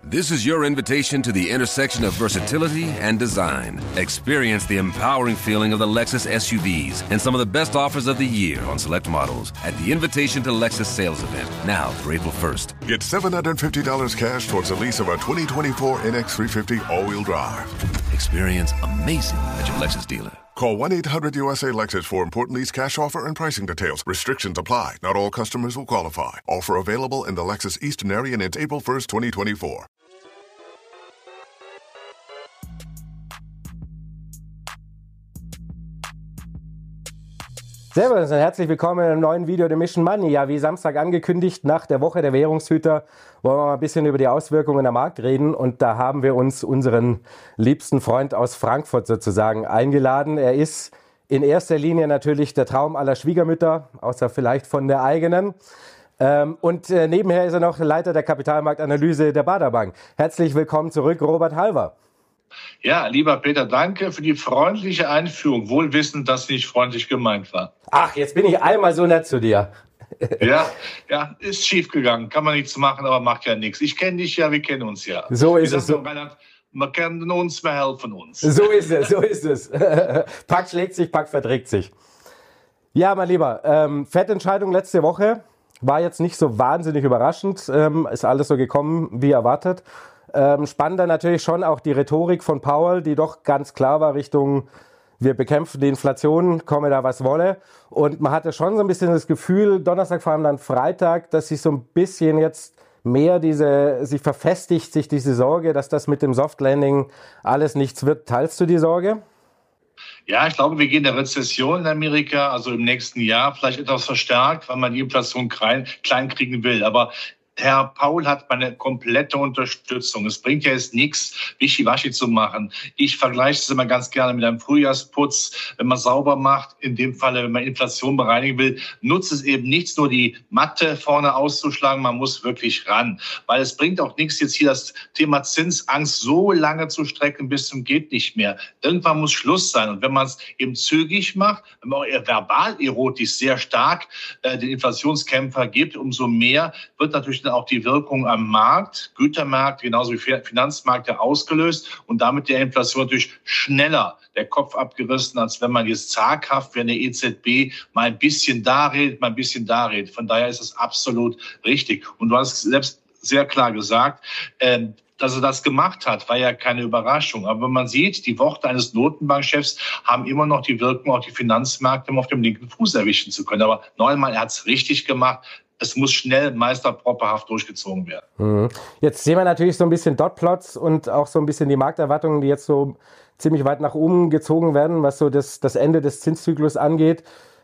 This is your invitation to the intersection of versatility and design. Experience the empowering feeling of the Lexus SUVs and some of the best offers of the year on select models at the Invitation to Lexus sales event, now through April 1st. Get $750 cash towards the lease of a 2024 NX350 all-wheel drive. Experience amazing at your Lexus dealer. Call 1-800-USA-LEXUS for important lease cash offer and pricing details. Restrictions apply. Not all customers will qualify. Offer available in the Lexus Eastern area and it's April 1st, 2024. Servus und herzlich willkommen in einem neuen Video der Mission Money. Ja, wie Samstag angekündigt, nach der Woche der Währungshüter wollen wir mal ein bisschen über die Auswirkungen am Markt reden. Und da haben wir uns unseren liebsten Freund aus Frankfurt sozusagen eingeladen. Er ist in erster Linie natürlich der Traum aller Schwiegermütter, außer vielleicht von der eigenen. Und nebenher ist er noch Leiter der Kapitalmarktanalyse der Baader Bank. Herzlich willkommen zurück, Robert Halver. Ja, lieber Peter, danke für die freundliche Einführung, wohl wissend, dass nicht freundlich gemeint war. Ach, jetzt bin ich einmal so nett zu dir. Ja, ist schief gegangen, kann man nichts machen, aber macht ja nichts. Ich kenne dich ja, wir kennen uns ja. So ist es. Wir kennen uns, wir helfen uns. So ist es. Pack schlägt sich, Pack verträgt sich. Ja, mein Lieber, Fettentscheidung letzte Woche war jetzt nicht so wahnsinnig überraschend, ist alles so gekommen wie erwartet. Spannender natürlich schon auch die Rhetorik von Powell, die doch ganz klar war Richtung, wir bekämpfen die Inflation, komme da was wolle. Und man hatte schon so ein bisschen das Gefühl, Donnerstag, vor allem dann Freitag, dass sich so ein bisschen jetzt mehr sich verfestigt, sich diese Sorge, dass das mit dem Soft Landing alles nichts wird. Teilst du die Sorge? Ja, ich glaube, wir gehen in der Rezession in Amerika, also im nächsten Jahr, vielleicht etwas verstärkt, weil man die Inflation klein kriegen will. Aber Herr Powell hat meine komplette Unterstützung. Es bringt ja jetzt nichts, Wischiwaschi zu machen. Ich vergleiche es immer ganz gerne mit einem Frühjahrsputz. Wenn man sauber macht, in dem Falle, wenn man Inflation bereinigen will, nutzt es eben nichts, nur die Matte vorne auszuschlagen. Man muss wirklich ran. Weil es bringt auch nichts, jetzt hier das Thema Zinsangst so lange zu strecken, bis zum geht nicht mehr. Irgendwann muss Schluss sein. Und wenn man es eben zügig macht, wenn man auch verbal erotisch sehr stark den Inflationskämpfer gibt, umso mehr wird natürlich auch die Wirkung am Markt, Gütermarkt, genauso wie Finanzmärkte ausgelöst und damit der Inflation natürlich schneller der Kopf abgerissen, als wenn man jetzt zaghaft, wenn der EZB mal ein bisschen da redet, mal ein bisschen da redet. Von daher ist es absolut richtig. Und du hast selbst sehr klar gesagt, dass er das gemacht hat, war ja keine Überraschung. Aber wenn man sieht, die Worte eines Notenbankchefs haben immer noch die Wirkung auf die Finanzmärkte, um auf dem linken Fuß erwischen zu können. Aber noch einmal, er hat es richtig gemacht. Es muss schnell meisterpropperhaft durchgezogen werden. Jetzt sehen wir natürlich so ein bisschen Dotplots und auch so ein bisschen die Markterwartungen, die jetzt so ziemlich weit nach oben gezogen werden, was so das Ende des Zinszyklus angeht.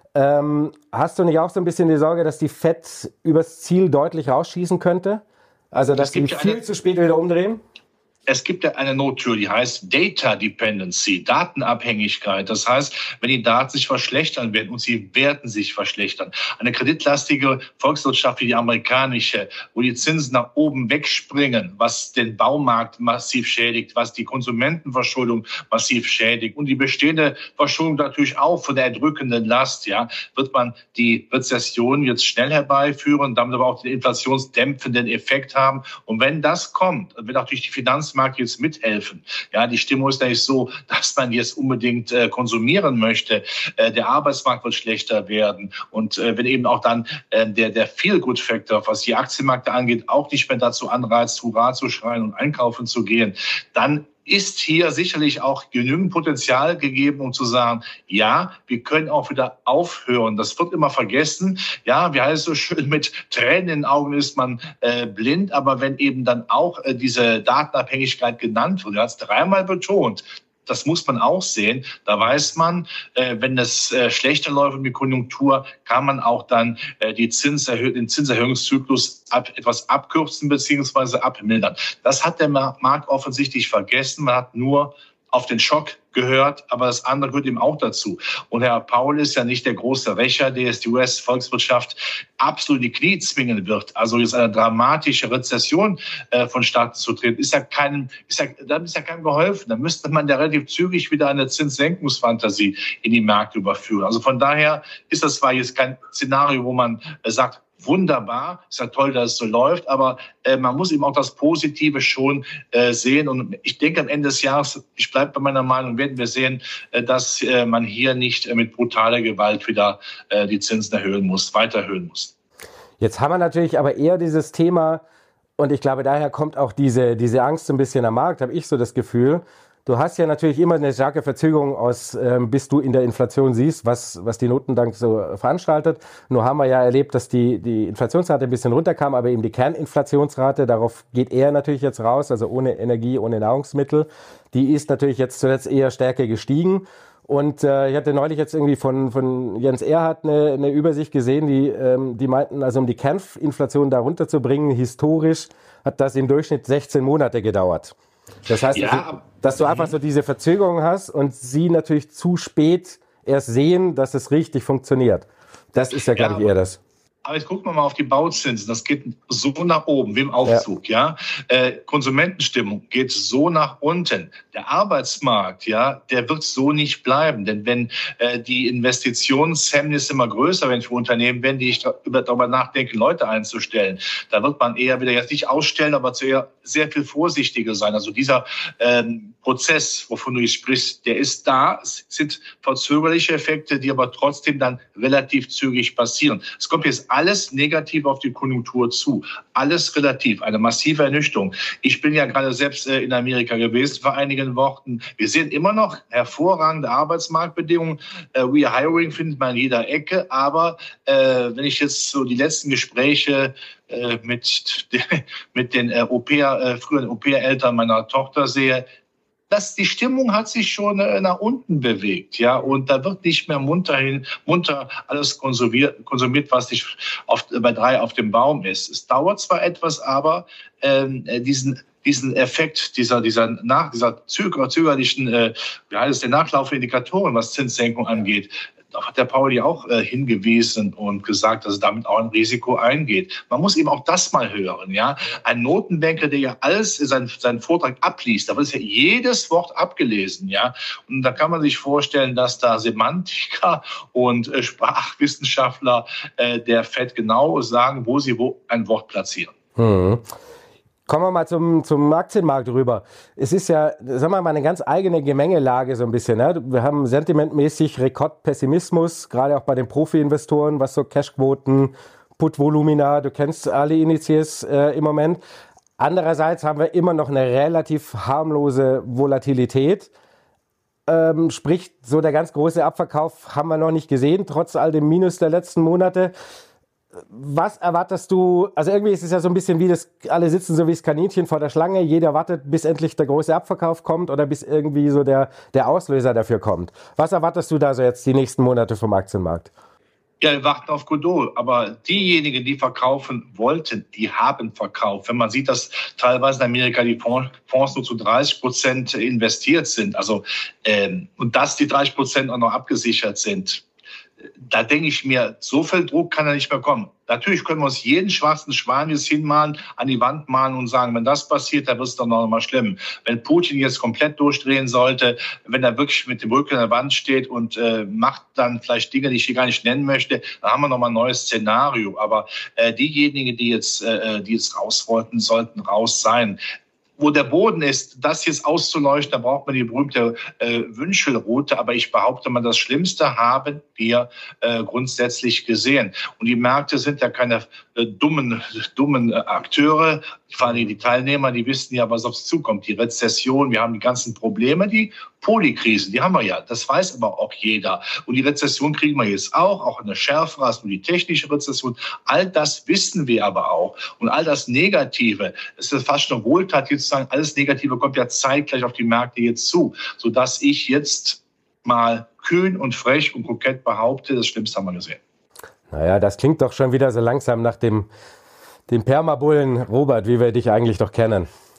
Hast du nicht auch so ein bisschen die Sorge, dass die FED übers Ziel deutlich rausschießen könnte? Also, dass die viel zu spät wieder umdrehen? Es gibt ja eine Nottür, die heißt Data Dependency, Datenabhängigkeit. Das heißt, wenn die Daten sich verschlechtern werden, und sie werden sich verschlechtern, eine kreditlastige Volkswirtschaft wie die amerikanische, wo die Zinsen nach oben wegspringen, was den Baumarkt massiv schädigt, was die Konsumentenverschuldung massiv schädigt und die bestehende Verschuldung natürlich auch von der erdrückenden Last, ja, wird man die Rezession jetzt schnell herbeiführen, damit aber auch den inflationsdämpfenden Effekt haben. Und wenn das kommt, wird natürlich die Finanzmarkt jetzt mithelfen. Ja, die Stimmung ist nicht so, dass man jetzt unbedingt konsumieren möchte. Der Arbeitsmarkt wird schlechter werden. Und wenn eben auch dann der Feel-Good-Faktor, was die Aktienmärkte angeht, auch nicht mehr dazu anreizt, Hurra zu schreien und einkaufen zu gehen, dann ist hier sicherlich auch genügend Potenzial gegeben, um zu sagen, ja, wir können auch wieder aufhören. Das wird immer vergessen. Ja, wie heißt es so schön, mit Tränen in den Augen ist man blind. Aber wenn eben dann auch diese Datenabhängigkeit genannt wird, er hat es dreimal betont, das muss man auch sehen. Da weiß man, wenn es schlechter läuft mit Konjunktur, kann man auch dann den Zinserhöhungszyklus etwas abkürzen bzw. abmildern. Das hat der Markt offensichtlich vergessen. Man hat nur auf den Schock gehört, aber das andere gehört ihm auch dazu. Und Herr Powell ist ja nicht der große Rächer, der jetzt die US-Volkswirtschaft absolut in die Knie zwingen wird. Also jetzt eine dramatische Rezession vonstatten zu treten, ist ja keinem geholfen. Da müsste man ja relativ zügig wieder eine Zinssenkungsfantasie in die Märkte überführen. Also von daher ist das zwar jetzt kein Szenario, wo man sagt, wunderbar, ist ja toll, dass es so läuft, aber man muss eben auch das Positive schon sehen. Und ich denke, am Ende des Jahres, ich bleibe bei meiner Meinung, werden wir sehen, dass man hier nicht mit brutaler Gewalt wieder die Zinsen weiter erhöhen muss. Jetzt haben wir natürlich aber eher dieses Thema, und ich glaube, daher kommt auch diese Angst so ein bisschen am Markt, habe ich so das Gefühl. Du hast ja natürlich immer eine starke Verzögerung bis du in der Inflation siehst, was die Notenbank so veranstaltet. Nur haben wir ja erlebt, dass die Inflationsrate ein bisschen runterkam, aber eben die Kerninflationsrate, darauf geht er natürlich jetzt raus, also ohne Energie, ohne Nahrungsmittel, die ist natürlich jetzt zuletzt eher stärker gestiegen. Und ich hatte neulich jetzt irgendwie von Jens Erhardt eine Übersicht gesehen, die meinten, also um die Kerninflation da runterzubringen, historisch hat das im Durchschnitt 16 Monate gedauert. Das heißt, dass du einfach so diese Verzögerung hast und sie natürlich zu spät erst sehen, dass es richtig funktioniert. Das ist ja, glaube ich, eher das. Aber jetzt gucken wir mal auf die Bauzinsen. Das geht so nach oben, wie im Aufzug, ja. Konsumentenstimmung geht so nach unten. Der Arbeitsmarkt, ja, der wird so nicht bleiben. Denn wenn die Investitionshemmnisse immer größer werden für Unternehmen, wenn die darüber nachdenken, Leute einzustellen, da wird man eher wieder jetzt nicht ausstellen, aber sehr viel vorsichtiger sein. Also dieser Prozess, wovon du jetzt sprichst, der ist da. Es sind verzögerliche Effekte, die aber trotzdem dann relativ zügig passieren. Es kommt jetzt alles negativ auf die Konjunktur zu. Alles relativ. Eine massive Ernüchterung. Ich bin ja gerade selbst in Amerika gewesen vor einigen Wochen. Wir sehen immer noch hervorragende Arbeitsmarktbedingungen. Rehiring findet man in jeder Ecke. Aber wenn ich jetzt so die letzten Gespräche mit den früheren Au-pair-Eltern meiner Tochter sehe, die Stimmung hat sich schon nach unten bewegt, ja, und da wird nicht mehr munter alles konsumiert, was nicht bei 3 auf dem Baum ist. Es dauert zwar etwas, aber diesen Effekt dieser zögerlichen, der Nachlauf der Indikatoren, was Zinssenkung angeht, da hat der Pauli auch hingewiesen und gesagt, dass es damit auch ein Risiko eingeht. Man muss eben auch das mal hören, ja. Ein Notenbanker, der ja alles seinen Vortrag abliest, da wird ja jedes Wort abgelesen, ja. Und da kann man sich vorstellen, dass da Semantiker und Sprachwissenschaftler der FED genau sagen, wo sie ein Wort platzieren. Kommen wir mal zum Aktienmarkt rüber. Es ist ja, sagen wir mal, eine ganz eigene Gemengelage so ein bisschen. Ne? Wir haben sentimentmäßig Rekordpessimismus, gerade auch bei den Profi-Investoren, was so Cashquoten, Put-Volumina, du kennst alle Indizes im Moment. Andererseits haben wir immer noch eine relativ harmlose Volatilität. Sprich, so der ganz große Abverkauf haben wir noch nicht gesehen, trotz all dem Minus der letzten Monate. Was erwartest du? Also irgendwie ist es ja so ein bisschen wie alle sitzen so wie das Kaninchen vor der Schlange. Jeder wartet, bis endlich der große Abverkauf kommt oder bis irgendwie so der Auslöser dafür kommt. Was erwartest du da so jetzt die nächsten Monate vom Aktienmarkt? Ja, wir warten auf Godot. Aber diejenigen, die verkaufen wollten, die haben verkauft. Wenn man sieht, dass teilweise in Amerika die Fonds nur zu 30% investiert sind, also und dass die 30% auch noch abgesichert sind, da denke ich mir, so viel Druck kann da nicht mehr kommen. Natürlich können wir uns jeden schwarzen Schwan jetzt hinmalen, an die Wand malen und sagen, wenn das passiert, dann wird es doch noch mal schlimm. Wenn Putin jetzt komplett durchdrehen sollte, wenn er wirklich mit dem Rücken an der Wand steht und macht dann vielleicht Dinge, die ich hier gar nicht nennen möchte, dann haben wir noch mal ein neues Szenario. Aber diejenigen, die jetzt raus wollten, sollten raus sein. Wo der Boden ist, das jetzt auszuleuchten, da braucht man die berühmte Wünschelrute. Aber ich behaupte mal, das Schlimmste haben wir grundsätzlich gesehen. Und die Märkte sind ja keine dummen Akteure. Vor allem die Teilnehmer, die wissen ja, was auf sie zukommt. Die Rezession, wir haben die ganzen Probleme, die Polikrisen, die haben wir ja. Das weiß aber auch jeder. Und die Rezession kriegen wir jetzt auch eine schärfere als nur die technische Rezession. All das wissen wir aber auch. Und all das Negative, es ist fast schon Wohltat, jetzt zu sagen, alles Negative kommt ja zeitgleich auf die Märkte jetzt zu. Sodass ich jetzt mal kühn und frech und kokett behaupte, das Schlimmste haben wir gesehen. Naja, das klingt doch schon wieder so langsam nach dem Permabullen, Robert, wie wir dich eigentlich doch kennen.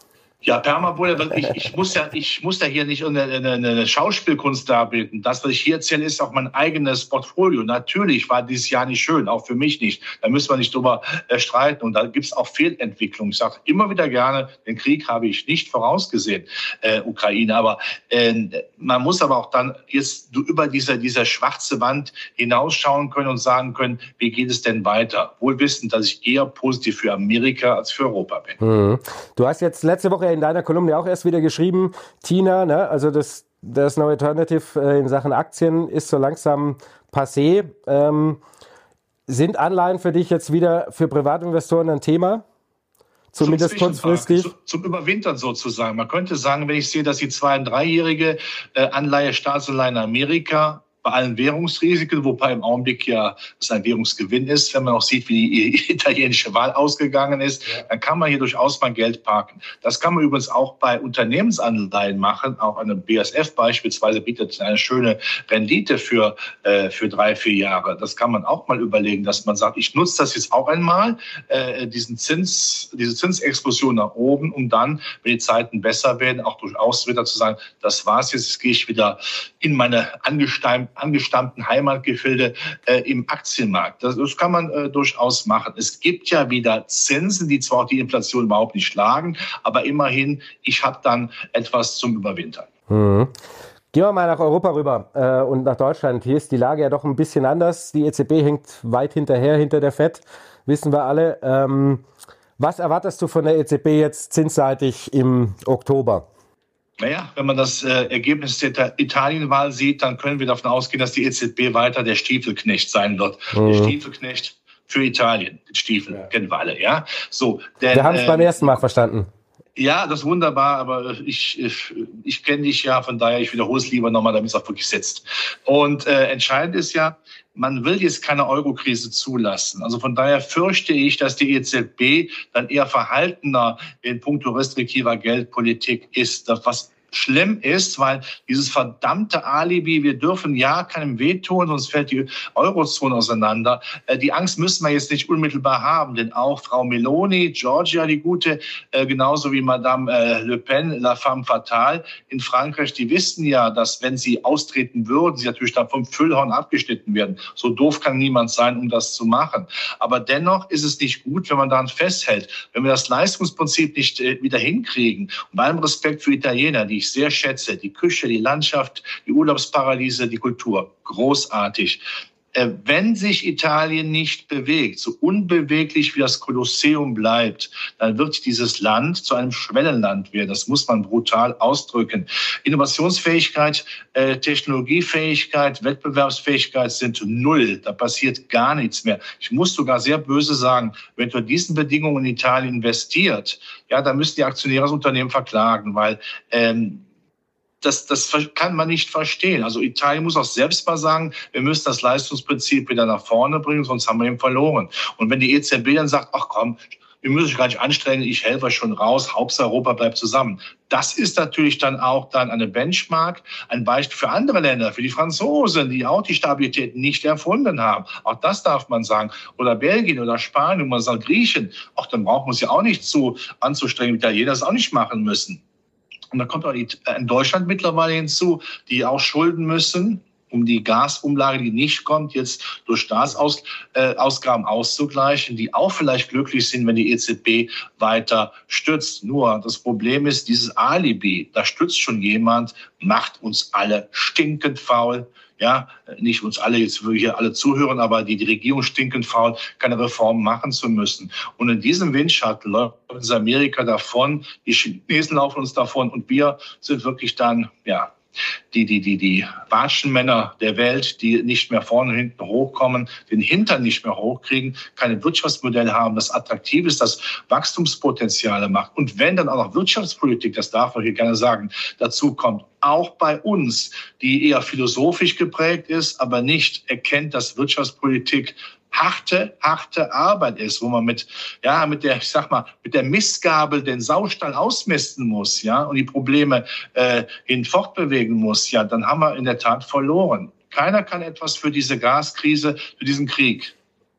Ja, Permabull, ich muss ja hier nicht eine Schauspielkunst darbieten. Das, was ich hier erzähle, ist auch mein eigenes Portfolio. Natürlich war dieses Jahr nicht schön, auch für mich nicht. Da müssen wir nicht drüber streiten. Und da gibt es auch Fehlentwicklungen. Ich sage immer wieder gerne, den Krieg habe ich nicht vorausgesehen, Ukraine. Aber man muss aber auch dann jetzt über diese schwarze Wand hinausschauen können und sagen können, wie geht es denn weiter? Wohl wissend, dass ich eher positiv für Amerika als für Europa bin. Mhm. Du hast jetzt letzte Woche in deiner Kolumne auch erst wieder geschrieben, Tina, ne, also das No Alternative in Sachen Aktien ist so langsam passé. Sind Anleihen für dich jetzt wieder für Privatinvestoren ein Thema? Zumindest kurzfristig? Zum Überwintern sozusagen. Man könnte sagen, wenn ich sehe, dass die 2- und 3-jährige Anleihe, Staatsanleihe in Amerika bei allen Währungsrisiken, wobei im Augenblick ja es ein Währungsgewinn ist, wenn man auch sieht, wie die italienische Wahl ausgegangen ist, dann kann man hier durchaus mal Geld parken. Das kann man übrigens auch bei Unternehmensanleihen machen. Auch eine BASF beispielsweise bietet eine schöne Rendite für 3-4 Jahre. Das kann man auch mal überlegen, dass man sagt, ich nutze das jetzt auch einmal, diese Zinsexplosion nach oben, um dann, wenn die Zeiten besser werden, auch durchaus wieder zu sagen, das war's jetzt gehe ich wieder in meine angestammten Heimatgefilde im Aktienmarkt. Das kann man durchaus machen. Es gibt ja wieder Zinsen, die zwar auch die Inflation überhaupt nicht schlagen, aber immerhin, ich habe dann etwas zum Überwintern. Mhm. Gehen wir mal nach Europa rüber und nach Deutschland. Hier ist die Lage ja doch ein bisschen anders. Die EZB hängt weit hinterher, hinter der FED, wissen wir alle. Was erwartest du von der EZB jetzt zinsseitig im Oktober? Naja, wenn man das Ergebnis der Italienwahl sieht, dann können wir davon ausgehen, dass die EZB weiter der Stiefelknecht sein wird. Der Stiefelknecht für Italien. Den Stiefel kennen wir alle, ja. So, wir haben es beim ersten Mal verstanden. Ja, das ist wunderbar, aber ich kenne dich ja, von daher, ich wiederhole es lieber nochmal, damit es auch wirklich sitzt. Und entscheidend ist ja, man will jetzt keine Eurokrise zulassen. Also von daher fürchte ich, dass die EZB dann eher verhaltener in puncto restriktiver Geldpolitik ist, was schlimm ist, weil dieses verdammte Alibi, wir dürfen ja keinem wehtun, sonst fällt die Eurozone auseinander. Die Angst müssen wir jetzt nicht unmittelbar haben, denn auch Frau Meloni, Giorgia, die Gute, genauso wie Madame Le Pen, la femme fatale in Frankreich, die wissen ja, dass wenn sie austreten würden, sie natürlich dann vom Füllhorn abgeschnitten werden. So doof kann niemand sein, um das zu machen. Aber dennoch ist es nicht gut, wenn man daran festhält. Wenn wir das Leistungsprinzip nicht wieder hinkriegen, und bei allem Respekt für Italiener, die ich sehr schätze, die Küche, die Landschaft, die Urlaubsparadiese, die Kultur, großartig. Wenn sich Italien nicht bewegt, so unbeweglich wie das Kolosseum bleibt, dann wird dieses Land zu einem Schwellenland werden. Das muss man brutal ausdrücken. Innovationsfähigkeit, Technologiefähigkeit, Wettbewerbsfähigkeit sind null. Da passiert gar nichts mehr. Ich muss sogar sehr böse sagen, wenn unter diesen Bedingungen in Italien investiert, ja, dann müssen die Aktionäre das Unternehmen verklagen, weil das kann man nicht verstehen. Also Italien muss auch selbst mal sagen, wir müssen das Leistungsprinzip wieder nach vorne bringen, sonst haben wir ihn verloren. Und wenn die EZB dann sagt, ach komm, wir müssen uns gar nicht anstrengen, ich helfe euch schon raus, Hauptsache Europa bleibt zusammen. Das ist natürlich dann auch eine Benchmark, ein Beispiel für andere Länder, für die Franzosen, die auch die Stabilität nicht erfunden haben. Auch das darf man sagen. Oder Belgien oder Spanien, man sagt Griechen. Auch dann braucht man es ja auch nicht so anzustrengen, Italiener das auch nicht machen müssen. Und da kommt auch in Deutschland mittlerweile hinzu, die auch schulden müssen, um die Gasumlage, die nicht kommt, jetzt durch Staatsausgaben auszugleichen, die auch vielleicht glücklich sind, wenn die EZB weiter stützt. Nur das Problem ist, dieses Alibi, da stützt schon jemand, macht uns alle stinkend faul. Ja, nicht uns alle, jetzt würde hier alle zuhören, aber die Regierung stinkend faul, keine Reformen machen zu müssen. Und in diesem Windschatten läuft uns Amerika davon, die Chinesen laufen uns davon und wir sind wirklich dann, ja, die Watschenmänner der Welt, die nicht mehr vorne und hinten hochkommen, den Hintern nicht mehr hochkriegen, keine Wirtschaftsmodelle haben, das attraktiv ist, das Wachstumspotenziale macht. Und wenn dann auch noch Wirtschaftspolitik, das darf man hier gerne sagen, dazu kommt, auch bei uns, die eher philosophisch geprägt ist, aber nicht erkennt, dass Wirtschaftspolitik harte Arbeit ist, wo man mit der Mistgabel den Saustall ausmisten muss, ja, und die Probleme hinfortbewegen muss, ja, dann haben wir in der Tat verloren. Keiner kann etwas für diese Gaskrise, für diesen Krieg.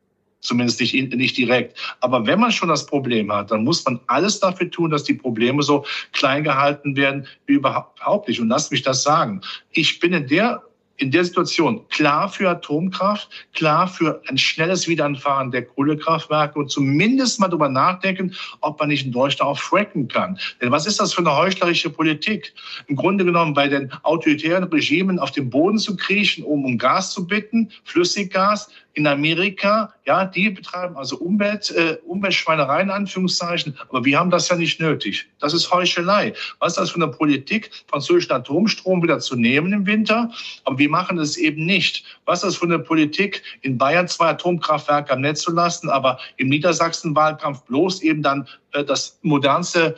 Zumindest nicht direkt. Aber wenn man schon das Problem hat, dann muss man alles dafür tun, dass die Probleme so klein gehalten werden wie überhaupt nicht. Und lasst mich das sagen. Ich bin in der Situation klar für Atomkraft, klar für ein schnelles Wiederanfahren der Kohlekraftwerke und zumindest mal darüber nachdenken, ob man nicht in Deutschland auch fracken kann. Denn was ist das für eine heuchlerische Politik? Im Grunde genommen bei den autoritären Regimen auf den Boden zu kriechen, um Gas zu bitten, Flüssiggas. In Amerika, ja, die betreiben also Umweltschweinereien, in Anführungszeichen, aber wir haben das ja nicht nötig. Das ist Heuchelei. Was ist das für eine Politik, französischen Atomstrom wieder zu nehmen im Winter? Aber wir machen es eben nicht. Was ist das für eine Politik, in Bayern 2 Atomkraftwerke am Netz zu lassen, aber im Niedersachsen-Wahlkampf bloß eben dann das modernste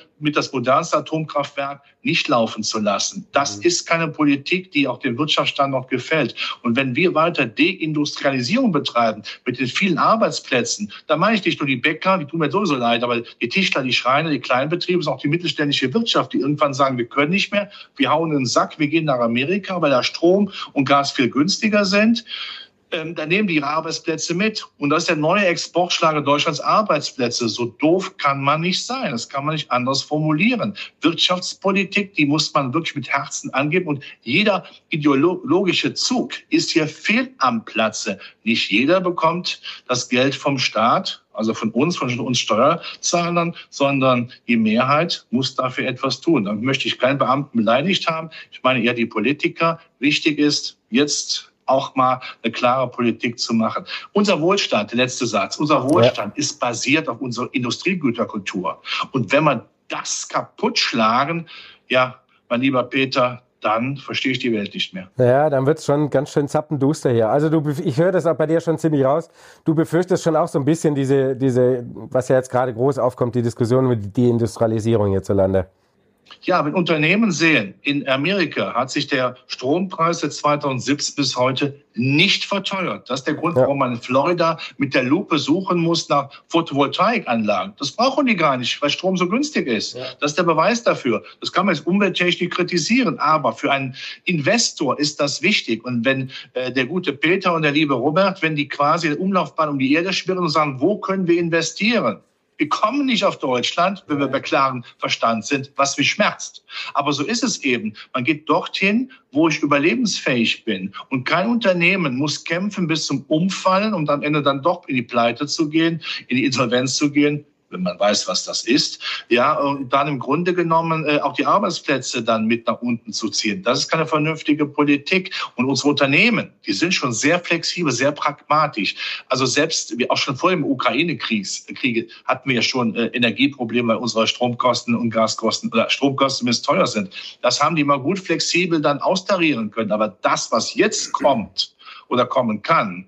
Atomkraftwerk nicht laufen zu lassen. Das ist keine Politik, die auch dem Wirtschaftsstandort gefällt. Und wenn wir weiter Deindustrialisierung betreiben mit den vielen Arbeitsplätzen, da meine ich nicht nur die Bäcker, die tun mir sowieso leid, aber die Tischler, die Schreiner, die Kleinbetriebe, sondern auch die mittelständische Wirtschaft, die irgendwann sagen, wir können nicht mehr, wir hauen in den Sack, wir gehen nach Amerika, weil da Strom und Gas viel günstiger sind. Da nehmen die ihre Arbeitsplätze mit. Und das ist der neue Exportschlager Deutschlands, Arbeitsplätze. So doof kann man nicht sein. Das kann man nicht anders formulieren. Wirtschaftspolitik, die muss man wirklich mit Herzen angeben. Und jeder ideologische Zug ist hier fehl am Platze. Nicht jeder bekommt das Geld vom Staat, also von uns Steuerzahlern, sondern die Mehrheit muss dafür etwas tun. Da möchte ich keinen Beamten beleidigt haben. Ich meine eher die Politiker. Wichtig ist, jetzt auch mal eine klare Politik zu machen. Unser Wohlstand, der letzte Satz, unser Wohlstand ist basiert auf unserer Industriegüterkultur. Und wenn wir das kaputt schlagen, ja, mein lieber Peter, dann verstehe ich die Welt nicht mehr. Ja, dann wird es schon ganz schön zappenduster hier. Also ich höre das auch bei dir schon ziemlich raus. Du befürchtest schon auch so ein bisschen diese, was ja jetzt gerade groß aufkommt, die Diskussion über die Deindustrialisierung hierzulande. Ja, wenn Unternehmen sehen, in Amerika hat sich der Strompreis seit 2017 bis heute nicht verteuert. Das ist der Grund, warum man in Florida mit der Lupe suchen muss nach Photovoltaikanlagen. Das brauchen die gar nicht, weil Strom so günstig ist. Ja. Das ist der Beweis dafür. Das kann man jetzt umwelttechnisch kritisieren, aber für einen Investor ist das wichtig. Und wenn der gute Peter und der liebe Robert, wenn die quasi eine Umlaufbahn um die Erde schwirren und sagen, wo können wir investieren? Wir kommen nicht auf Deutschland, wenn wir bei klarem Verstand sind, was mich schmerzt. Aber so ist es eben. Man geht dorthin, wo ich überlebensfähig bin. Und kein Unternehmen muss kämpfen bis zum Umfallen, um am Ende dann doch in die Pleite zu gehen, in die Insolvenz zu gehen, wenn man weiß, was das ist, ja, und dann im Grunde genommen auch die Arbeitsplätze dann mit nach unten zu ziehen. Das ist keine vernünftige Politik. Und unsere Unternehmen, die sind schon sehr flexibel, sehr pragmatisch. Also selbst, auch schon vor dem Ukraine-Krieg hatten wir ja schon Energieprobleme, weil unsere Stromkosten und Gaskosten oder Stromkosten zumindest teuer sind. Das haben die mal gut flexibel dann austarieren können. Aber das, was jetzt kommt oder kommen kann,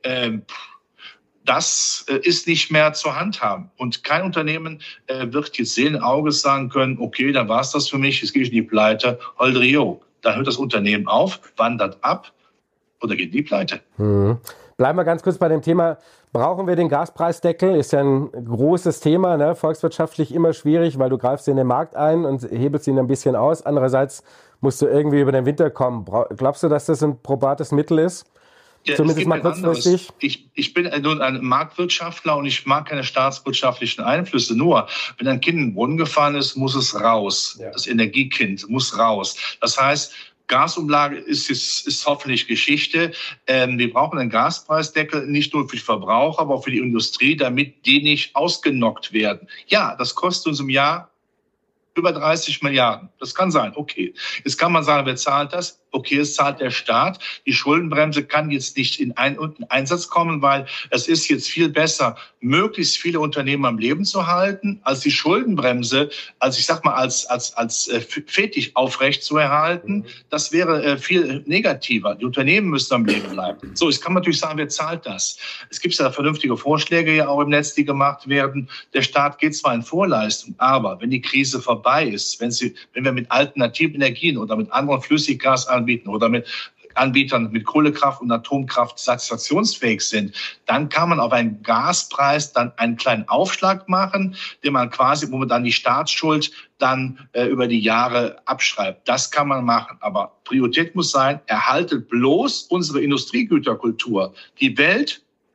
das ist nicht mehr zu handhaben. Und kein Unternehmen wird jetzt sehenden Auges sagen können, okay, dann war es das für mich, jetzt gehe ich in die Pleite, Holdrio. Dann hört das Unternehmen auf, wandert ab oder geht in die Pleite. Bleiben wir ganz kurz bei dem Thema, brauchen wir den Gaspreisdeckel? Ist ja ein großes Thema, ne? Volkswirtschaftlich immer schwierig, weil du greifst in den Markt ein und hebelst ihn ein bisschen aus. Andererseits musst du irgendwie über den Winter kommen. Glaubst du, dass das ein probates Mittel ist? Ja, zumindest mal kurzfristig. Ich bin nun ein Marktwirtschaftler und ich mag keine staatswirtschaftlichen Einflüsse. Nur, wenn ein Kind in den Brunnen gefallen ist, muss es raus. Ja. Das Energiekind muss raus. Das heißt, Gasumlage ist hoffentlich Geschichte. Wir brauchen einen Gaspreisdeckel nicht nur für die Verbraucher, aber auch für die Industrie, damit die nicht ausgenockt werden. Ja, das kostet uns im Jahr über 30 Milliarden. Das kann sein, okay. Jetzt kann man sagen, wer zahlt das? Okay, es zahlt der Staat. Die Schuldenbremse kann jetzt nicht in Einsatz kommen, weil es ist jetzt viel besser, möglichst viele Unternehmen am Leben zu halten, als die Schuldenbremse, als ich sag mal, als Fetisch aufrecht zu erhalten. Das wäre viel negativer. Die Unternehmen müssen am Leben bleiben. So, jetzt kann man natürlich sagen, wer zahlt das? Es gibt ja vernünftige Vorschläge ja auch im Netz, die gemacht werden. Der Staat geht zwar in Vorleistung, aber wenn die Krise vorbei ist, wenn wir mit alternativen Energien oder mit anderen Flüssiggas anbieten oder mit Anbietern mit Kohlekraft und Atomkraft satisfaktionsfähig sind, dann kann man auf einen Gaspreis dann einen kleinen Aufschlag machen, den man quasi, wo man dann die Staatsschuld dann über die Jahre abschreibt. Das kann man machen. Aber Priorität muss sein, erhaltet bloß unsere Industriegüterkultur. Die Welt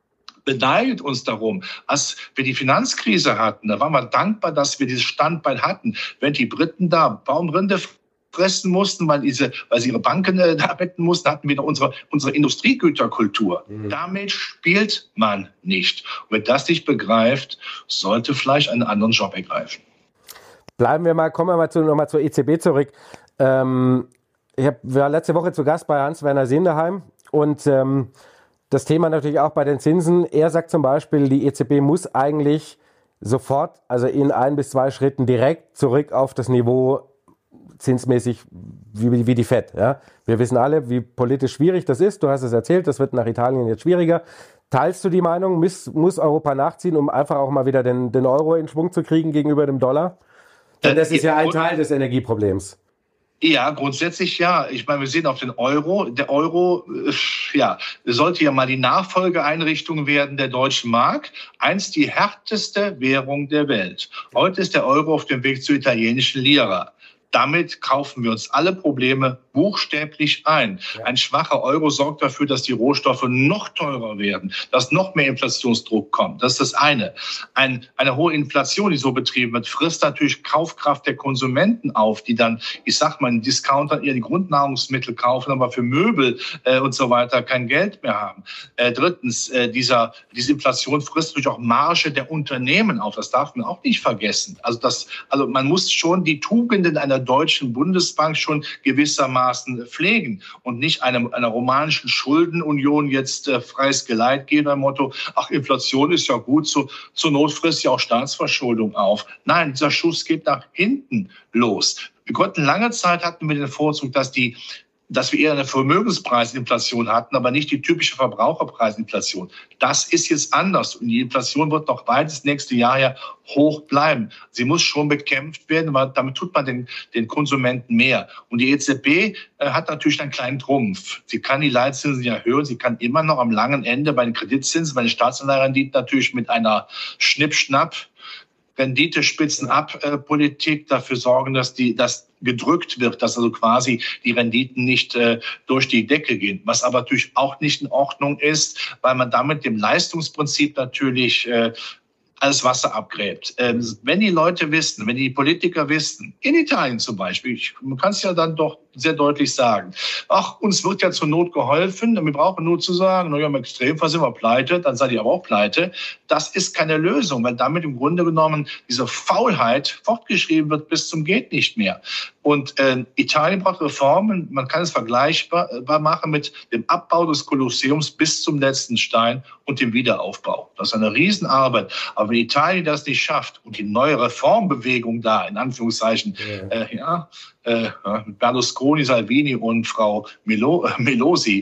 beneidet uns darum. Als wir die Finanzkrise hatten, da waren wir dankbar, dass wir dieses Standbein hatten. Wenn die Briten da Baumrinde fressen mussten, weil sie ihre Banken da retten mussten, hatten wir noch unsere Industriegüterkultur. Damit spielt man nicht. Und wer das nicht begreift, sollte vielleicht einen anderen Job ergreifen. Kommen wir mal nochmal zur EZB zurück. Ich war letzte Woche zu Gast bei Hans-Werner Sindeheim und das Thema natürlich auch bei den Zinsen. Er sagt zum Beispiel, die EZB muss eigentlich sofort, also in 1 bis 2 Schritten direkt zurück auf das Niveau zinsmäßig wie die FED. Ja? Wir wissen alle, wie politisch schwierig das ist. Du hast es erzählt, das wird nach Italien jetzt schwieriger. Teilst du die Meinung, muss Europa nachziehen, um einfach auch mal wieder den Euro in Schwung zu kriegen gegenüber dem Dollar? Denn das ist ja ein Teil des Energieproblems. Ja, grundsätzlich ja. Ich meine, wir sehen auf den Euro. Der Euro, sollte ja mal die Nachfolgeeinrichtung werden der deutschen Mark. Einst die härteste Währung der Welt. Heute ist der Euro auf dem Weg zur italienischen Lira. Damit kaufen wir uns alle Probleme buchstäblich ein. Ja. Ein schwacher Euro sorgt dafür, dass die Rohstoffe noch teurer werden, dass noch mehr Inflationsdruck kommt. Das ist das eine. Eine hohe Inflation, die so betrieben wird, frisst natürlich Kaufkraft der Konsumenten auf, die dann, in Discountern eher die Grundnahrungsmittel kaufen, aber für Möbel und so weiter kein Geld mehr haben. Drittens, diese Inflation frisst natürlich auch Marge der Unternehmen auf. Das darf man auch nicht vergessen. Also man muss schon die Tugenden einer deutschen Bundesbank schon gewissermaßen pflegen und nicht einer romanischen Schuldenunion jetzt freies Geleit gehen, nach dem Motto, ach, Inflation ist ja gut, zur Not frisst ja auch Staatsverschuldung auf. Nein, dieser Schuss geht nach hinten los. Lange Zeit hatten wir den Vorzug, dass wir eher eine Vermögenspreisinflation hatten, aber nicht die typische Verbraucherpreisinflation. Das ist jetzt anders und die Inflation wird noch weit das nächste Jahr ja hoch bleiben. Sie muss schon bekämpft werden, weil damit tut man den Konsumenten mehr. Und die EZB hat natürlich einen kleinen Trumpf. Sie kann die Leitzinsen ja erhöhen, sie kann immer noch am langen Ende bei den Kreditzinsen, bei den Staatsanleiherrenditen natürlich mit einer Schnipp-Schnapp Renditespitzen-Ab-Politik dafür sorgen, dass gedrückt wird, dass also quasi die Renditen nicht durch die Decke gehen. Was aber natürlich auch nicht in Ordnung ist, weil man damit dem Leistungsprinzip natürlich alles Wasser abgräbt. Wenn die Leute wissen, wenn die Politiker wissen, in Italien zum Beispiel, man kann es ja dann doch sehr deutlich sagen, ach, uns wird ja zur Not geholfen, wir brauchen nur zu sagen, im Extremfall sind wir pleite, dann seid ihr aber auch pleite. Das ist keine Lösung, weil damit im Grunde genommen diese Faulheit fortgeschrieben wird bis zum geht nicht mehr. Und Italien braucht Reformen, man kann es vergleichbar machen mit dem Abbau des Kolosseums bis zum letzten Stein und dem Wiederaufbau. Das ist eine Riesenarbeit. Aber wenn Italien das nicht schafft und die neue Reformbewegung da, in Anführungszeichen, mit Berlusconi, Salvini und Frau Meloni,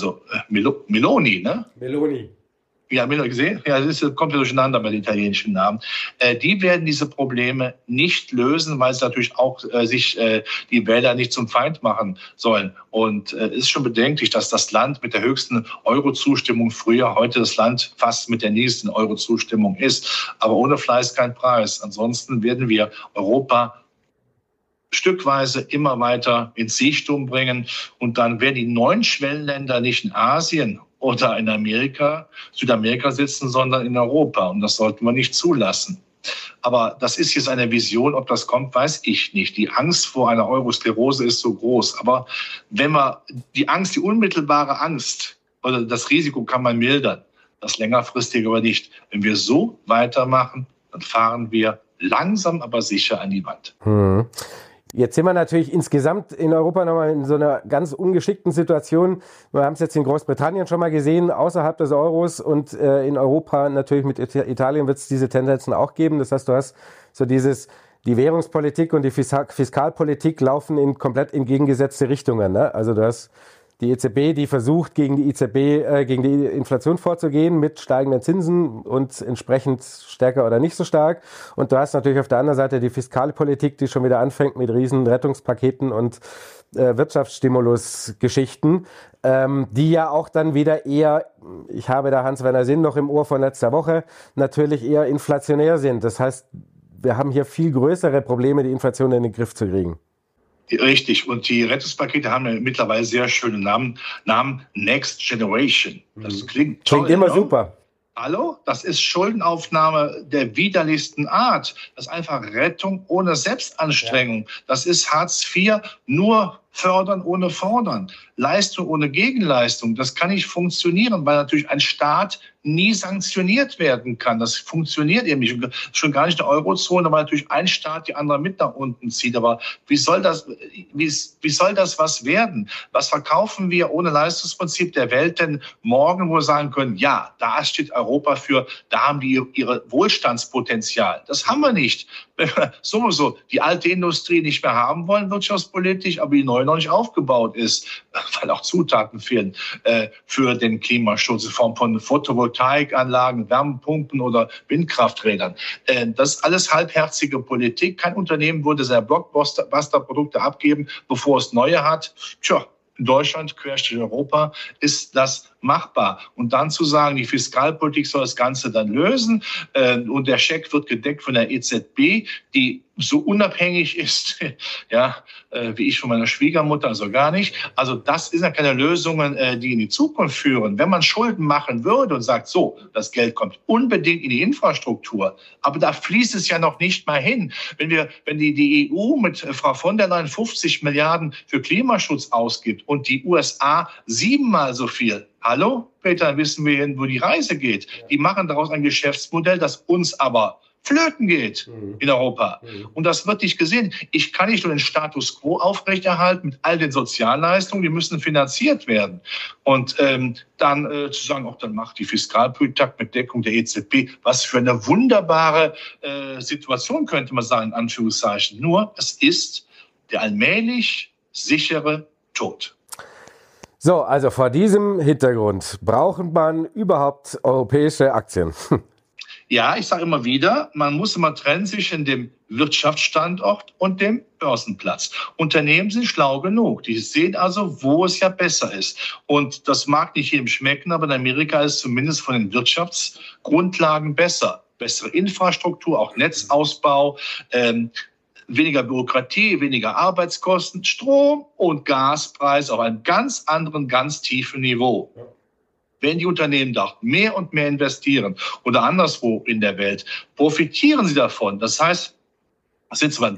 ne? Meloni. Ja, gesehen? Ja, das kommt ja durcheinander bei den italienischen Namen. Die werden diese Probleme nicht lösen, weil es natürlich auch sich die Wähler nicht zum Feind machen sollen. Und es ist schon bedenklich, dass das Land mit der höchsten Euro-Zustimmung früher heute das Land fast mit der niedrigsten Euro-Zustimmung ist. Aber ohne Fleiß kein Preis. Ansonsten werden wir Europa stückweise immer weiter ins Siechtum bringen. Und dann werden die neuen Schwellenländer nicht in Asien oder in Südamerika sitzen, sondern in Europa. Und das sollten wir nicht zulassen. Aber das ist jetzt eine Vision. Ob das kommt, weiß ich nicht. Die Angst vor einer Eurosklerose ist so groß. Aber wenn wir die unmittelbare Angst oder das Risiko kann man mildern, das längerfristige aber nicht. Wenn wir so weitermachen, dann fahren wir langsam, aber sicher an die Wand. Jetzt sind wir natürlich insgesamt in Europa nochmal in so einer ganz ungeschickten Situation. Wir haben es jetzt in Großbritannien schon mal gesehen, außerhalb des Euros, und in Europa natürlich mit Italien wird es diese Tendenzen auch geben. Das heißt, du hast so die Währungspolitik und die Fiskalpolitik laufen komplett in gegengesetzte Richtungen, ne? Also du hast die EZB, die versucht, gegen die Inflation vorzugehen mit steigenden Zinsen und entsprechend stärker oder nicht so stark. Und du hast natürlich auf der anderen Seite die Fiskalpolitik, die schon wieder anfängt mit riesen Rettungspaketen und Wirtschaftsstimulusgeschichten, die ja auch dann wieder eher, ich habe da Hans-Werner Sinn noch im Ohr von letzter Woche, natürlich eher inflationär sind. Das heißt, wir haben hier viel größere Probleme, die Inflation in den Griff zu kriegen. Richtig. Und die Rettungspakete haben ja mittlerweile sehr schöne Namen. Next Generation. Das klingt toll. Klingt immer super. Hallo? Das ist Schuldenaufnahme der widerlichsten Art. Das ist einfach Rettung ohne Selbstanstrengung. Das ist Hartz IV, nur fördern ohne fordern. Leistung ohne Gegenleistung. Das kann nicht funktionieren, weil natürlich ein Staat nie sanktioniert werden kann. Das funktioniert eben nicht. Schon gar nicht in der Eurozone, weil natürlich ein Staat die andere mit nach unten zieht. Aber wie soll das was werden? Was verkaufen wir ohne Leistungsprinzip der Welt denn morgen, wo wir sagen können, ja, da steht Europa für, da haben die ihre Wohlstandspotenzial. Das haben wir nicht. Wenn wir sowieso die alte Industrie nicht mehr haben wollen, wirtschaftspolitisch, aber die neue noch nicht aufgebaut ist, weil auch Zutaten fehlen für den Klimaschutz in Form von Photovoltaikanlagen, Wärmepumpen oder Windkrafträdern. Das ist alles halbherzige Politik. Kein Unternehmen würde seine Blockbuster-Produkte abgeben, bevor es neue hat. Tja, in Deutschland, quer durch Europa, ist das machbar. Und dann zu sagen, die Fiskalpolitik soll das Ganze dann lösen und der Scheck wird gedeckt von der EZB, die so unabhängig ist, ja, wie ich von meiner Schwiegermutter, also gar nicht. Also das sind ja keine Lösungen, die in die Zukunft führen. Wenn man Schulden machen würde und sagt, so, das Geld kommt unbedingt in die Infrastruktur, aber da fließt es ja noch nicht mal hin. Wenn die EU mit Frau von der Leyen 50 Milliarden für Klimaschutz ausgibt und die USA 7-mal so viel, hallo, Peter, dann wissen wir, wo die Reise geht. Die machen daraus ein Geschäftsmodell, das uns aber flöten geht in Europa. Und das wird nicht gesehen. Ich kann nicht nur den Status quo aufrechterhalten mit all den Sozialleistungen, die müssen finanziert werden. Und dann zu sagen, auch dann macht die Fiskalpolitik mit Deckung der EZB, was für eine wunderbare Situation, könnte man sagen, in Anführungszeichen. Nur, es ist der allmählich sichere Tod. So, also vor diesem Hintergrund braucht man überhaupt europäische Aktien? Ja, ich sage immer wieder, man muss immer trennen zwischen dem Wirtschaftsstandort und dem Börsenplatz. Unternehmen sind schlau genug. Die sehen also, wo es ja besser ist. Und das mag nicht jedem schmecken, aber in Amerika ist es zumindest von den Wirtschaftsgrundlagen besser. Bessere Infrastruktur, auch Netzausbau, weniger Bürokratie, weniger Arbeitskosten, Strom- und Gaspreis auf einem ganz anderen, ganz tiefen Niveau. Wenn die Unternehmen dort mehr und mehr investieren oder anderswo in der Welt, profitieren sie davon. Das heißt, das sind zwar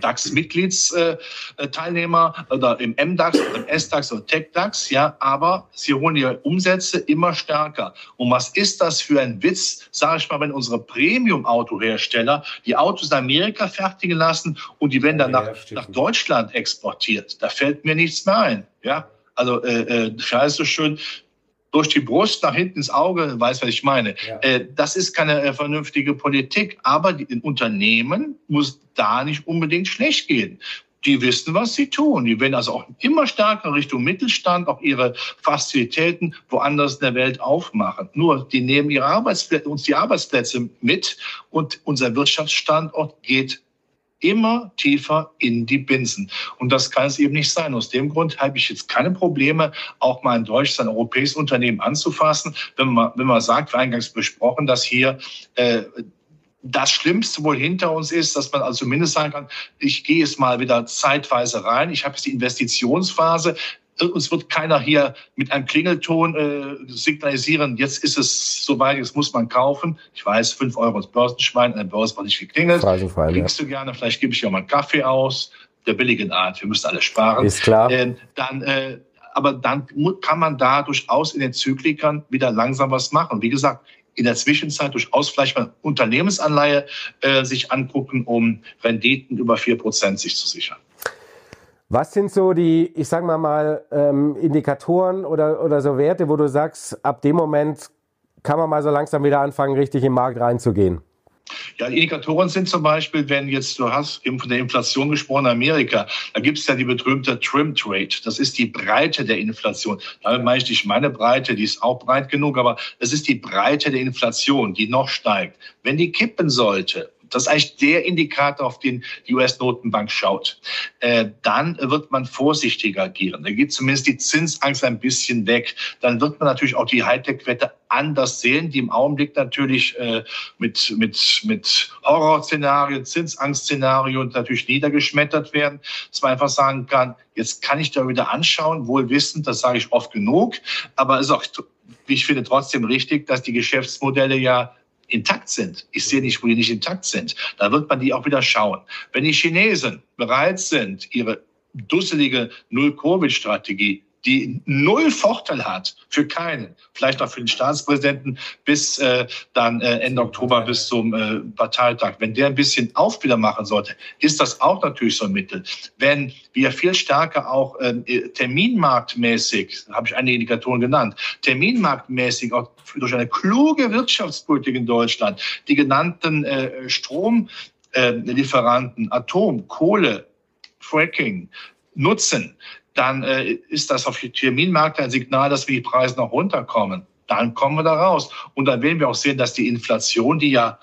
DAX-Mitgliedsteilnehmer oder im MDAX oder im SDAX oder TechDAX, ja, aber sie holen ihre Umsätze immer stärker. Und was ist das für ein Witz, sage ich mal, wenn unsere Premium-Autohersteller die Autos in Amerika fertigen lassen und die werden dann nach Deutschland exportiert? Da fällt mir nichts mehr ein. Ja, also heißt so schön, durch die Brust nach hinten ins Auge, weiß, was ich meine. Ja. Das ist keine vernünftige Politik. Aber den Unternehmen muss da nicht unbedingt schlecht gehen. Die wissen, was sie tun. Die werden also auch immer stärker Richtung Mittelstand auch ihre Fazilitäten woanders in der Welt aufmachen. Nur, die nehmen uns die Arbeitsplätze mit und unser Wirtschaftsstandort geht immer tiefer in die Binsen. Und das kann es eben nicht sein. Aus dem Grund habe ich jetzt keine Probleme, auch mal ein deutsches, ein europäisches Unternehmen anzufassen, wenn man sagt, wie eingangs besprochen, dass hier das Schlimmste wohl hinter uns ist, dass man also zumindest sagen kann, ich gehe jetzt mal wieder zeitweise rein. Ich habe jetzt die Investitionsphase. Uns wird keiner hier mit einem Klingelton signalisieren, jetzt ist es soweit, jetzt muss man kaufen. Ich weiß, 5 € ins Börsenschwein, an der Börse wird nicht geklingelt. Kriegst du gerne, vielleicht gebe ich dir mal einen Kaffee aus, der billigen Art, wir müssen alle sparen. Ist klar. Aber dann kann man da durchaus in den Zyklikern wieder langsam was machen. Wie gesagt, in der Zwischenzeit durchaus vielleicht mal Unternehmensanleihe sich angucken, um Renditen über 4% sich zu sichern. Was sind so die, ich sage mal, Indikatoren oder so Werte, wo du sagst, ab dem Moment kann man mal so langsam wieder anfangen, richtig in den Markt reinzugehen? Ja, die Indikatoren sind zum Beispiel, wenn jetzt, du hast eben von der Inflation gesprochen in Amerika, da gibt es ja die berühmte Trimmed Rate. Das ist die Breite der Inflation. Damit meine ich nicht meine Breite, die ist auch breit genug, aber es ist die Breite der Inflation, die noch steigt. Wenn die kippen sollte, Das ist eigentlich der Indikator, auf den die US-Notenbank schaut. Dann wird man vorsichtiger agieren. Da geht zumindest die Zinsangst ein bisschen weg. Dann wird man natürlich auch die Hightech-Werte anders sehen, die im Augenblick natürlich mit Horrorszenarien, Zinsangstszenarien natürlich niedergeschmettert werden, dass man einfach sagen kann, jetzt kann ich da wieder anschauen, wohl wissend, das sage ich oft genug, aber es ist auch, wie ich finde, trotzdem richtig, dass die Geschäftsmodelle ja intakt sind. Ich sehe nicht, wo die nicht intakt sind. Da wird man die auch wieder schauen. Wenn die Chinesen bereit sind, ihre dusselige Null-Covid-Strategie, die null Vorteil hat, für keinen, vielleicht noch für den Staatspräsidenten bis dann Ende Oktober bis zum Parteitag. Wenn der ein bisschen auf wieder machen sollte, ist das auch natürlich so ein Mittel. Wenn wir viel stärker auch terminmarktmäßig, habe ich einige Indikatoren genannt, terminmarktmäßig auch durch eine kluge Wirtschaftspolitik in Deutschland die genannten Stromlieferanten, Atom, Kohle, Fracking nutzen, dann ist das auf die Terminmärkte ein Signal, dass wir die Preise noch runterkommen. Dann kommen wir da raus. Und dann werden wir auch sehen, dass die Inflation, die ja,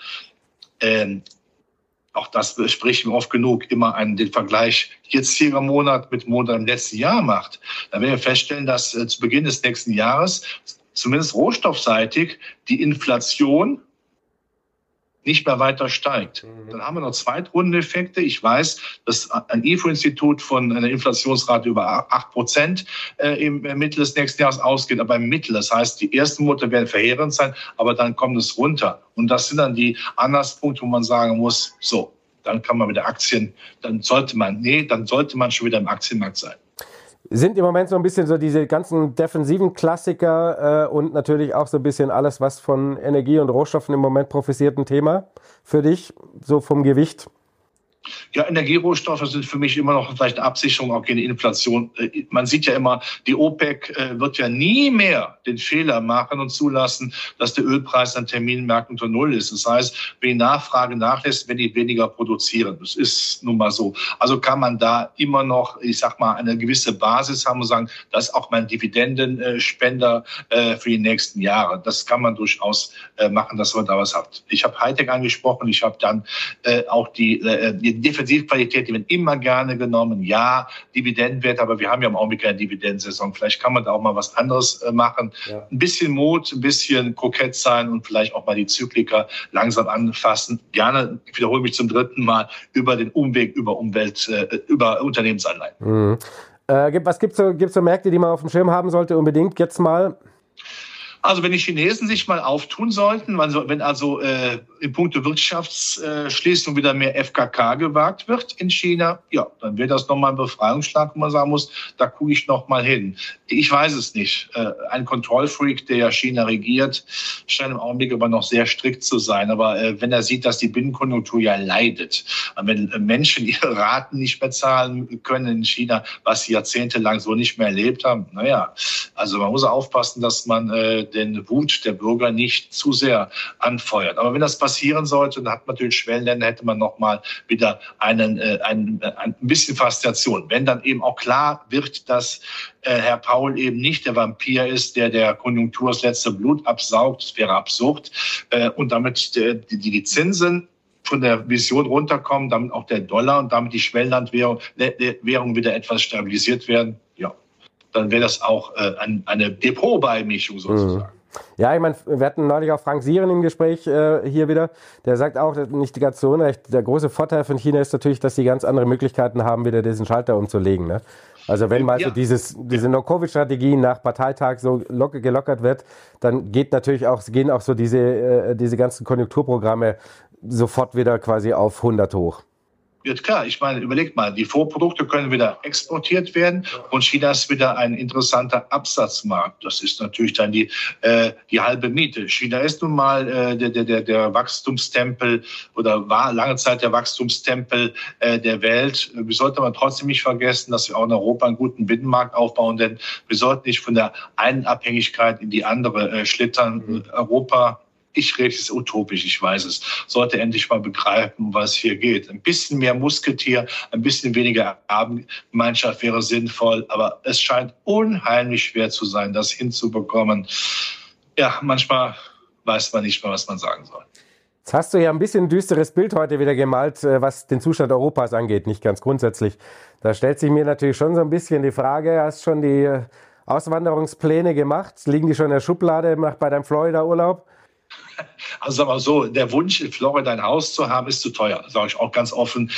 auch das besprechen wir oft genug, immer den Vergleich jetziger Monat mit Monat im letzten Jahr macht. Dann werden wir feststellen, dass zu Beginn des nächsten Jahres, zumindest rohstoffseitig, die Inflation nicht mehr weiter steigt. Dann haben wir noch Zweitrundeneffekte. Ich weiß, dass ein IFO-Institut von einer Inflationsrate über 8% im Mittel des nächsten Jahres ausgeht, aber im Mittel. Das heißt, die ersten Monate werden verheerend sein, aber dann kommt es runter. Und das sind dann die Anlasspunkte, wo man sagen muss, so, dann kann man mit der Aktien, dann sollte man schon wieder im Aktienmarkt sein. Sind im Moment so ein bisschen so diese ganzen defensiven Klassiker und natürlich auch so ein bisschen alles, was von Energie und Rohstoffen im Moment profitiert, ein Thema für dich, so vom Gewicht? Ja, Energierohstoffe sind für mich immer noch vielleicht eine Absicherung auch gegen die Inflation. Man sieht ja immer, die OPEC wird ja nie mehr den Fehler machen und zulassen, dass der Ölpreis an Terminmärkten unter Null ist. Das heißt, wenn die Nachfrage nachlässt, wenn die weniger produzieren. Das ist nun mal so. Also kann man da immer noch, ich sag mal, eine gewisse Basis haben und sagen, das ist auch mein Dividendenspender für die nächsten Jahre. Das kann man durchaus machen, dass man da was hat. Ich habe Hightech angesprochen. Ich habe dann auch die Defensivqualität, die wird immer gerne genommen. Ja, Dividendenwert, aber wir haben ja im Augenblick keine Dividendensaison. Vielleicht kann man da auch mal was anderes machen. Ja. Ein bisschen Mut, ein bisschen kokett sein und vielleicht auch mal die Zykliker langsam anfassen. Gerne, ich wiederhole mich zum 3. Mal, über den Umweg, über Unternehmensanleihen. Mhm. Was gibt's so Märkte, die man auf dem Schirm haben sollte, unbedingt jetzt mal? Also wenn die Chinesen sich mal auftun sollten, wenn also in puncto Wirtschaftsschließung wieder mehr FKK gewagt wird in China, ja, dann wäre das nochmal ein Befreiungsschlag, wo man sagen muss, da gucke ich nochmal hin. Ich weiß es nicht. Ein Kontrollfreak, der ja China regiert, scheint im Augenblick aber noch sehr strikt zu sein. Aber wenn er sieht, dass die Binnenkonjunktur ja leidet, wenn Menschen ihre Raten nicht mehr zahlen können in China, was sie jahrzehntelang so nicht mehr erlebt haben, naja, also man muss aufpassen, dass man den Wut der Bürger nicht zu sehr anfeuert. Aber wenn das passieren sollte, dann hat man natürlich Schwellenländer, hätte man nochmal wieder ein bisschen Faszination. Wenn dann eben auch klar wird, dass Herr Paul eben nicht der Vampir ist, der Konjunktur das letzte Blut absaugt, das wäre absurd, und damit die Zinsen von der Vision runterkommen, damit auch der Dollar und damit die Schwellenlandwährung wieder etwas stabilisiert werden, ja. Dann wäre das auch eine Depotbeimischung sozusagen. Ja, ich meine, wir hatten neulich auch Frank Sieren im Gespräch hier wieder. Der sagt auch, nicht ganz so unrecht, der große Vorteil von China ist natürlich, dass sie ganz andere Möglichkeiten haben, wieder diesen Schalter umzulegen. Ne? Also wenn mal so diese No-Covid-Strategie nach Parteitag so gelockert wird, dann gehen auch so diese ganzen Konjunkturprogramme sofort wieder quasi auf 100 hoch. Ja, klar, ich meine, überlegt mal, die Vorprodukte können wieder exportiert werden und China ist wieder ein interessanter Absatzmarkt. Das ist natürlich dann die halbe Miete. China ist nun mal der Wachstumstempel oder war lange Zeit der Wachstumstempel der Welt. Wir sollten aber trotzdem nicht vergessen, dass wir auch in Europa einen guten Binnenmarkt aufbauen, denn wir sollten nicht von der einen Abhängigkeit in die andere schlittern. Europa, ich rede es utopisch, ich weiß es, sollte endlich mal begreifen, um was hier geht. Ein bisschen mehr Musketier, ein bisschen weniger Abendgemeinschaft wäre sinnvoll, aber es scheint unheimlich schwer zu sein, das hinzubekommen. Ja, manchmal weiß man nicht mehr, was man sagen soll. Jetzt hast du ja ein bisschen ein düsteres Bild heute wieder gemalt, was den Zustand Europas angeht, nicht ganz grundsätzlich. Da stellt sich mir natürlich schon so ein bisschen die Frage, hast schon die Auswanderungspläne gemacht? Liegen die schon in der Schublade bei deinem Florida-Urlaub? Also sagen wir so, der Wunsch, in Florida ein Haus zu haben, ist zu teuer, sage ich auch ganz offen.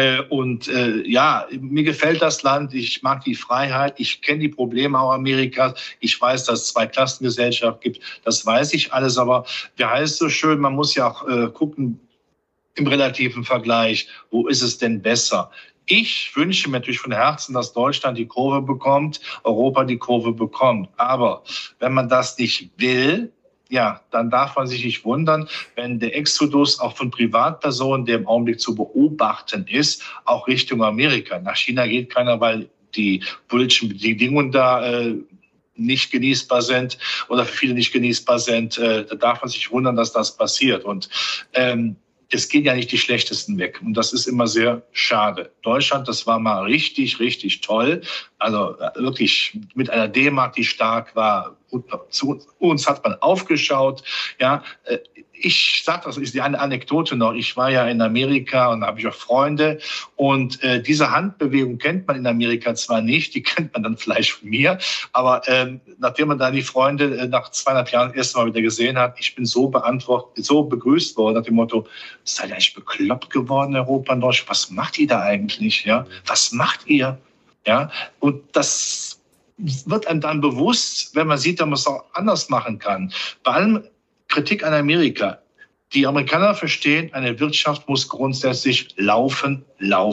Ja, mir gefällt das Land, ich mag die Freiheit, ich kenne die Probleme auch Amerikas, ich weiß, dass es Zweiklassengesellschaft gibt, das weiß ich alles, aber wie heißt es so schön, man muss ja auch gucken im relativen Vergleich, wo ist es denn besser? Ich wünsche mir natürlich von Herzen, dass Deutschland die Kurve bekommt, Europa die Kurve bekommt. Aber wenn man das nicht will, ja, dann darf man sich nicht wundern, wenn der Exodus auch von Privatpersonen, der im Augenblick zu beobachten ist, auch Richtung Amerika. Nach China geht keiner, weil die politischen Bedingungen da nicht genießbar sind oder für viele nicht genießbar sind. Da darf man sich wundern, dass das passiert. Und es gehen ja nicht die Schlechtesten weg. Und das ist immer sehr schade. Deutschland, das war mal richtig, richtig toll. Also wirklich mit einer D-Mark, die stark war. Zu uns hat man aufgeschaut. Ja, ich sage, das ist eine Anekdote noch. Ich war ja in Amerika und da habe ich auch Freunde. Und diese Handbewegung kennt man in Amerika zwar nicht, die kennt man dann vielleicht von mir. Aber nachdem man dann die Freunde nach 200 Jahren das erste Mal wieder gesehen hat, ich bin so begrüßt worden nach dem Motto, seid ihr eigentlich bekloppt geworden, Europa und Deutschland? Was macht ihr da eigentlich? Ja, was macht ihr? Ja, und das wird einem dann bewusst, wenn man sieht, dass man es auch anders machen kann. Bei allem Kritik an Amerika. Die Amerikaner verstehen, eine Wirtschaft muss grundsätzlich laufen. Ja.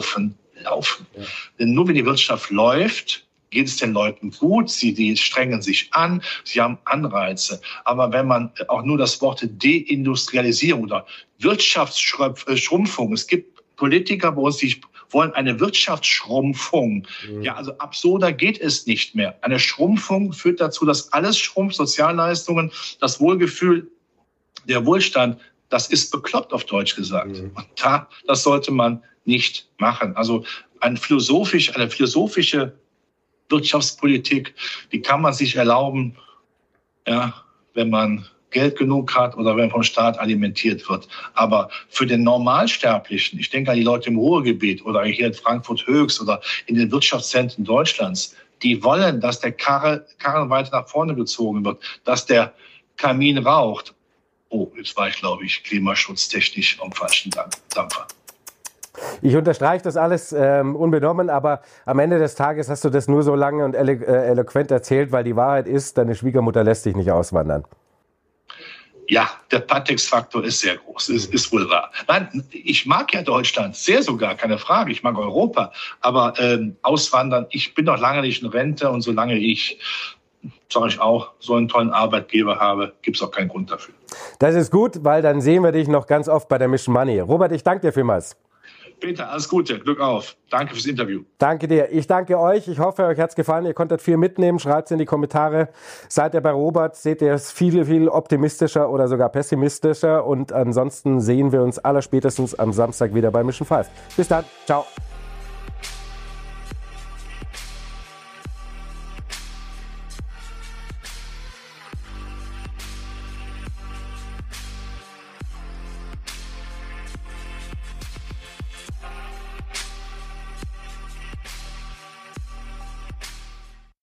Denn nur wenn die Wirtschaft läuft, geht es den Leuten gut, die strengen sich an, sie haben Anreize. Aber wenn man auch nur das Wort Deindustrialisierung oder Wirtschaftsschrumpfung, es gibt Politiker bei uns, die wollen eine Wirtschaftsschrumpfung. Ja, also absurder geht es nicht mehr. Eine Schrumpfung führt dazu, dass alles schrumpft, Sozialleistungen, das Wohlgefühl, der Wohlstand, das ist bekloppt auf Deutsch gesagt. Und das sollte man nicht machen. Also eine philosophische Wirtschaftspolitik, die kann man sich erlauben, ja, wenn man Geld genug hat oder wenn vom Staat alimentiert wird. Aber für den Normalsterblichen, ich denke an die Leute im Ruhrgebiet oder hier in Frankfurt Höchst oder in den Wirtschaftszentren Deutschlands, die wollen, dass der Karren weiter nach vorne gezogen wird, dass der Kamin raucht. Oh, jetzt war ich, glaube ich, klimaschutztechnisch am falschen Dampfer. Ich unterstreiche das alles unbenommen, aber am Ende des Tages hast du das nur so lange und eloquent erzählt, weil die Wahrheit ist, deine Schwiegermutter lässt dich nicht auswandern. Ja, der Patex-Faktor ist sehr groß, ist wohl wahr. Nein, ich mag ja Deutschland, sehr sogar, keine Frage, ich mag Europa, aber auswandern, ich bin noch lange nicht in Rente und solange ich, sage ich auch, so einen tollen Arbeitgeber habe, gibt es auch keinen Grund dafür. Das ist gut, weil dann sehen wir dich noch ganz oft bei der Mission Money. Robert, ich danke dir vielmals. Peter, alles Gute, Glück auf. Danke fürs Interview. Danke dir. Ich danke euch. Ich hoffe, euch hat es gefallen. Ihr konntet viel mitnehmen. Schreibt es in die Kommentare. Seid ihr bei Robert? Seht ihr es viel, viel optimistischer oder sogar pessimistischer? Und ansonsten sehen wir uns allerspätestens am Samstag wieder bei Mission 5. Bis dann. Ciao.